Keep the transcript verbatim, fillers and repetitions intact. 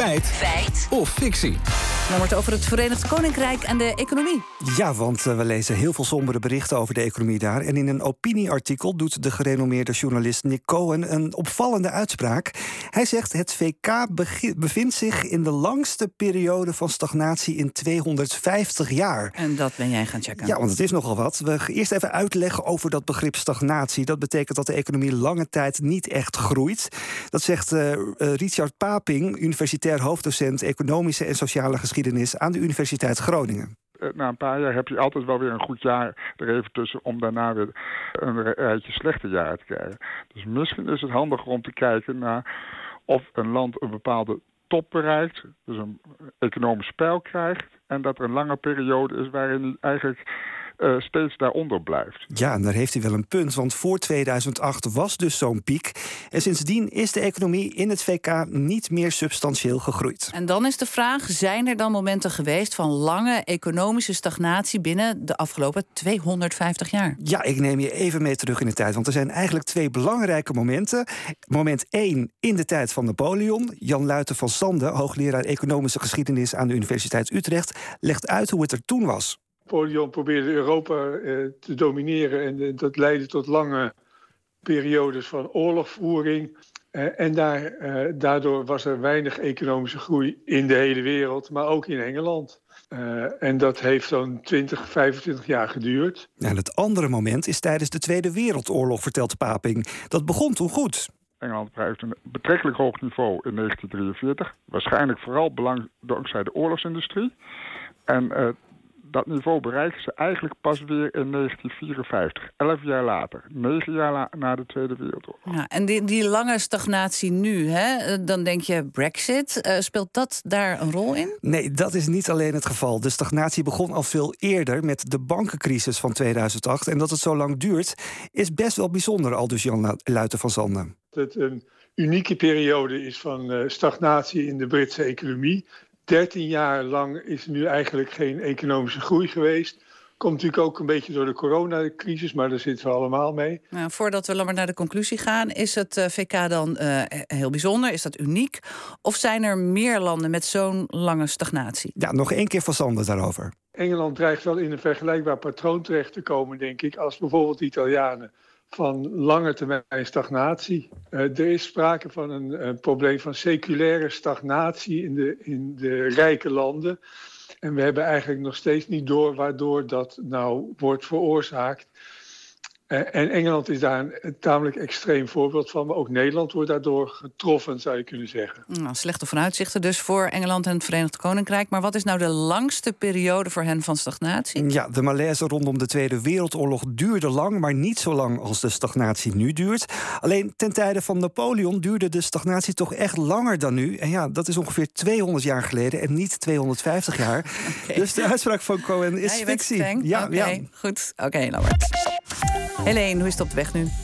Feit. Feit. Of fictie. Dan wordt het over het Verenigd Koninkrijk en de economie. Ja, want uh, we lezen heel veel sombere berichten over de economie daar. En in een opinieartikel doet de gerenommeerde journalist Nick Cohen een opvallende uitspraak. Hij zegt: het V K begi- bevindt zich in de langste periode van stagnatie in tweehonderdvijftig jaar. En dat ben jij gaan checken. Ja, want het is nogal wat. We gaan eerst even uitleggen over dat begrip stagnatie. Dat betekent dat de economie lange tijd niet echt groeit. Dat zegt uh, uh, Richard Paping, universitair hoofddocent economische en sociale geschiedenis aan de Universiteit Groningen. Na een paar jaar heb je altijd wel weer een goed jaar er even tussen om daarna weer een rijtje slechte jaren te krijgen. Dus misschien is het handiger om te kijken naar of een land een bepaalde top bereikt, dus een economisch pijl krijgt, en dat er een lange periode is waarin hij eigenlijk Uh, steeds daaronder blijft. Ja, en daar heeft hij wel een punt, want voor tweeduizend acht was dus zo'n piek. En sindsdien is de economie in het V K niet meer substantieel gegroeid. En dan is de vraag, zijn er dan momenten geweest van lange economische stagnatie binnen de afgelopen tweehonderdvijftig jaar? Ja, ik neem je even mee terug in de tijd, want er zijn eigenlijk twee belangrijke momenten. Moment één in de tijd van Napoleon. Jan Luiten van Sande, hoogleraar economische geschiedenis aan de Universiteit Utrecht, legt uit hoe het er toen was. Napoleon probeerde Europa eh, te domineren en uh, dat leidde tot lange periodes van oorlogvoering. Uh, en daar, uh, daardoor was er weinig economische groei in de hele wereld, maar ook in Engeland. Uh, en dat heeft zo'n twintig, vijfentwintig jaar geduurd. En het andere moment is tijdens de Tweede Wereldoorlog, vertelt Paping. Dat begon toen goed. Engeland bereikt een betrekkelijk hoog niveau in negentien drieënveertig. Waarschijnlijk vooral belang, dankzij de oorlogsindustrie. En uh, dat niveau bereiken ze eigenlijk pas weer in negentien vierenvijftig. Elf jaar later. Negen jaar la- na de Tweede Wereldoorlog. Ja, en die, die lange stagnatie nu, hè, dan denk je Brexit. Uh, speelt dat daar een rol in? Nee, dat is niet alleen het geval. De stagnatie begon al veel eerder met de bankencrisis van tweeduizend acht. En dat het zo lang duurt, is best wel bijzonder, aldus Jan Luiten van Sande. Dat een unieke periode is van uh, stagnatie in de Britse economie. dertien jaar lang is er nu eigenlijk geen economische groei geweest. Komt natuurlijk ook een beetje door de coronacrisis, maar daar zitten we allemaal mee. Nou, voordat we maar naar de conclusie gaan, is het uh, V K dan uh, heel bijzonder? Is dat uniek? Of zijn er meer landen met zo'n lange stagnatie? Ja, nog één keer van Sande daarover. Engeland dreigt wel in een vergelijkbaar patroon terecht te komen, denk ik, als bijvoorbeeld de Italianen. Van lange termijn stagnatie. Uh, er is sprake van een, een probleem van seculaire stagnatie in de, in de rijke landen. En we hebben eigenlijk nog steeds niet door waardoor dat nou wordt veroorzaakt. Uh, en Engeland is daar een, een tamelijk extreem voorbeeld van. Maar ook Nederland wordt daardoor getroffen, zou je kunnen zeggen. Nou, slechte vooruitzichten dus voor Engeland en het Verenigd Koninkrijk. Maar wat is nou de langste periode voor hen van stagnatie? Ja, de malaise rondom de Tweede Wereldoorlog duurde lang, maar niet zo lang als de stagnatie nu duurt. Alleen ten tijde van Napoleon duurde de stagnatie toch echt langer dan nu. En ja, dat is ongeveer tweehonderd jaar geleden en niet tweehonderdvijftig jaar. Okay. Dus de uitspraak van Cohen is ja, fictie. Ja, ja, okay, ja, goed. Oké, okay, Lambert. Helene, hoe is het op de weg nu?